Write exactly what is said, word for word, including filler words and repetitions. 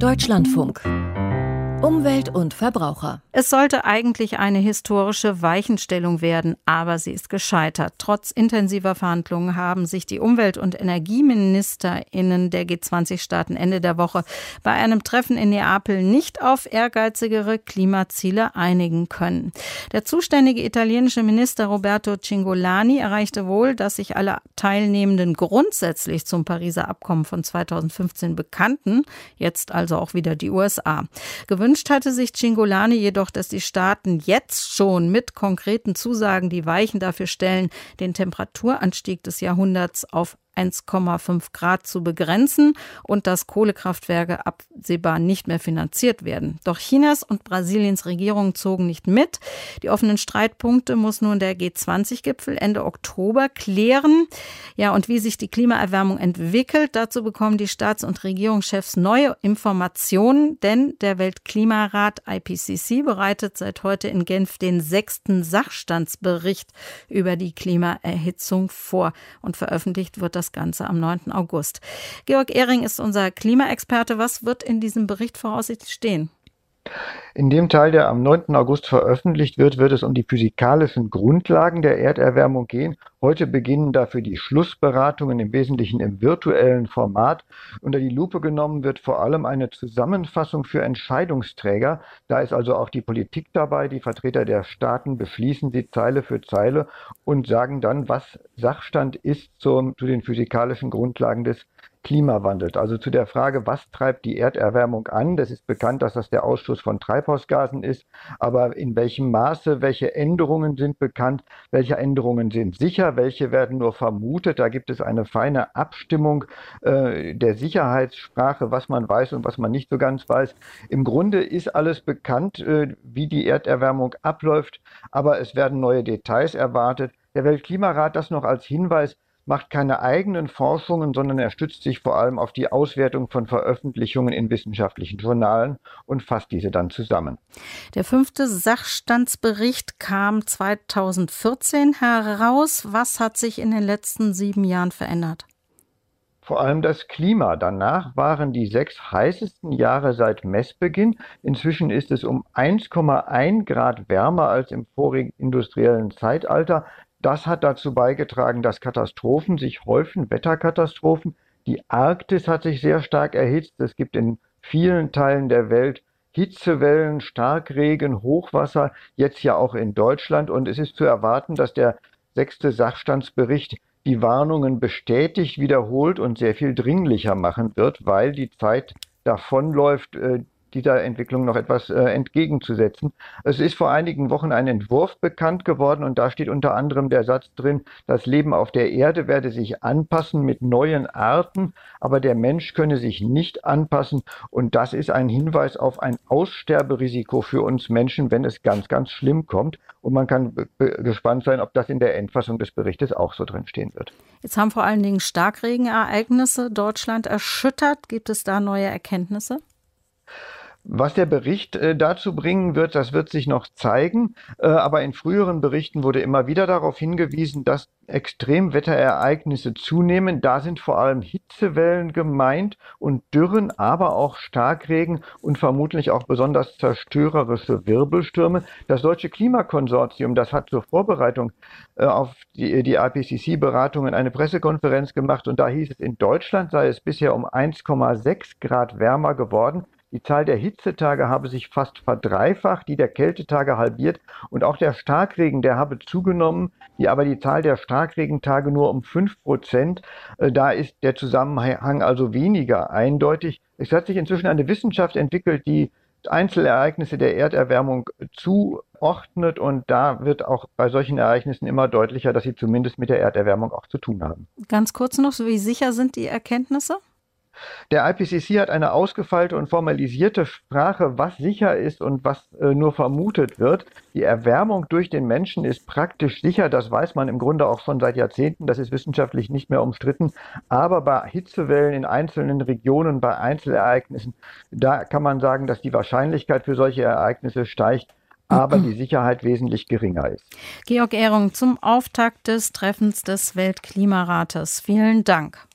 Deutschlandfunk. Umwelt und Verbraucher. Es sollte eigentlich eine historische Weichenstellung werden, aber sie ist gescheitert. Trotz intensiver Verhandlungen haben sich die Umwelt- und EnergieministerInnen der G zwanzig Staaten Ende der Woche bei einem Treffen in Neapel nicht auf ehrgeizigere Klimaziele einigen können. Der zuständige italienische Minister Roberto Cingolani erreichte wohl, dass sich alle Teilnehmenden grundsätzlich zum Pariser Abkommen von zweitausendfünfzehn bekannten, jetzt also auch wieder die U S A. Gewünscht hatte sich Cingolani jedoch, dass die Staaten jetzt schon mit konkreten Zusagen die Weichen dafür stellen, den Temperaturanstieg des Jahrhunderts auf eins Komma fünf Grad zu begrenzen und dass Kohlekraftwerke absehbar nicht mehr finanziert werden. Doch Chinas und Brasiliens Regierungen zogen nicht mit. Die offenen Streitpunkte muss nun der G zwanzig Gipfel Ende Oktober klären. Ja, und wie sich die Klimaerwärmung entwickelt, dazu bekommen die Staats- und Regierungschefs neue Informationen, denn der Weltklimarat I P C C bereitet seit heute in Genf den sechsten Sachstandsbericht über die Klimaerhitzung vor und veröffentlicht wird das Das Ganze am neunten August. Georg Ehring ist unser Klimaexperte. Was wird in diesem Bericht voraussichtlich stehen? In dem Teil, der am neunten August veröffentlicht wird, wird es um die physikalischen Grundlagen der Erderwärmung gehen. Heute beginnen dafür die Schlussberatungen, im Wesentlichen im virtuellen Format. Unter die Lupe genommen wird vor allem eine Zusammenfassung für Entscheidungsträger. Da ist also auch die Politik dabei. Die Vertreter der Staaten beschließen sie Zeile für Zeile und sagen dann, was Sachstand ist zum, zu den physikalischen Grundlagen des Klimawandels. Also zu der Frage, was treibt die Erderwärmung an? Das ist bekannt, dass das der Ausstoß von Treibhausgasen ist. Aber in welchem Maße, welche Änderungen sind bekannt, welche Änderungen sind sicher, welche werden nur vermutet? Da gibt es eine feine Abstimmung äh, der Sicherheitssprache, was man weiß und was man nicht so ganz weiß. Im Grunde ist alles bekannt, äh, wie die Erderwärmung abläuft, aber es werden neue Details erwartet. Der Weltklimarat, das noch als Hinweis, macht keine eigenen Forschungen, sondern er stützt sich vor allem auf die Auswertung von Veröffentlichungen in wissenschaftlichen Journalen und fasst diese dann zusammen. Der fünfte Sachstandsbericht kam zweitausendvierzehn heraus. Was hat sich in den letzten sieben Jahren verändert? Vor allem das Klima. Danach waren die sechs heißesten Jahre seit Messbeginn. Inzwischen ist es um eins Komma eins Grad wärmer als im vorigen industriellen Zeitalter. Das hat dazu beigetragen, dass Katastrophen sich häufen, Wetterkatastrophen. Die Arktis hat sich sehr stark erhitzt. Es gibt in vielen Teilen der Welt Hitzewellen, Starkregen, Hochwasser, jetzt ja auch in Deutschland. Und es ist zu erwarten, dass der sechste Sachstandsbericht die Warnungen bestätigt, wiederholt und sehr viel dringlicher machen wird, weil die Zeit davonläuft, dieser Entwicklung noch etwas äh, entgegenzusetzen. Es ist vor einigen Wochen ein Entwurf bekannt geworden und da steht unter anderem der Satz drin, das Leben auf der Erde werde sich anpassen mit neuen Arten, aber der Mensch könne sich nicht anpassen und das ist ein Hinweis auf ein Aussterberisiko für uns Menschen, wenn es ganz, ganz schlimm kommt und man kann gespannt sein, ob das in der Endfassung des Berichtes auch so drin stehen wird. Jetzt haben vor allen Dingen Starkregenereignisse Deutschland erschüttert. Gibt es da neue Erkenntnisse? Was der Bericht äh, dazu bringen wird, das wird sich noch zeigen. Äh, aber in früheren Berichten wurde immer wieder darauf hingewiesen, dass Extremwetterereignisse zunehmen. Da sind vor allem Hitzewellen gemeint und Dürren, aber auch Starkregen und vermutlich auch besonders zerstörerische Wirbelstürme. Das Deutsche Klimakonsortium, das hat zur Vorbereitung äh, auf die, die I P C C-Beratungen eine Pressekonferenz gemacht und da hieß es, in Deutschland sei es bisher um eins Komma sechs Grad wärmer geworden. Die Zahl der Hitzetage habe sich fast verdreifacht, die der Kältetage halbiert und auch der Starkregen, der habe zugenommen, die, aber die Zahl der Starkregentage nur um fünf Prozent. Da ist der Zusammenhang also weniger eindeutig. Es hat sich inzwischen eine Wissenschaft entwickelt, die Einzelereignisse der Erderwärmung zuordnet und da wird auch bei solchen Ereignissen immer deutlicher, dass sie zumindest mit der Erderwärmung auch zu tun haben. Ganz kurz noch, wie sicher sind die Erkenntnisse? Der I P C C hat eine ausgefeilte und formalisierte Sprache, was sicher ist und was äh, nur vermutet wird. Die Erwärmung durch den Menschen ist praktisch sicher, das weiß man im Grunde auch schon seit Jahrzehnten, das ist wissenschaftlich nicht mehr umstritten. Aber bei Hitzewellen in einzelnen Regionen, bei Einzelereignissen, da kann man sagen, dass die Wahrscheinlichkeit für solche Ereignisse steigt, aber die Sicherheit wesentlich geringer ist. Georg Ehring zum Auftakt des Treffens des Weltklimarates. Vielen Dank.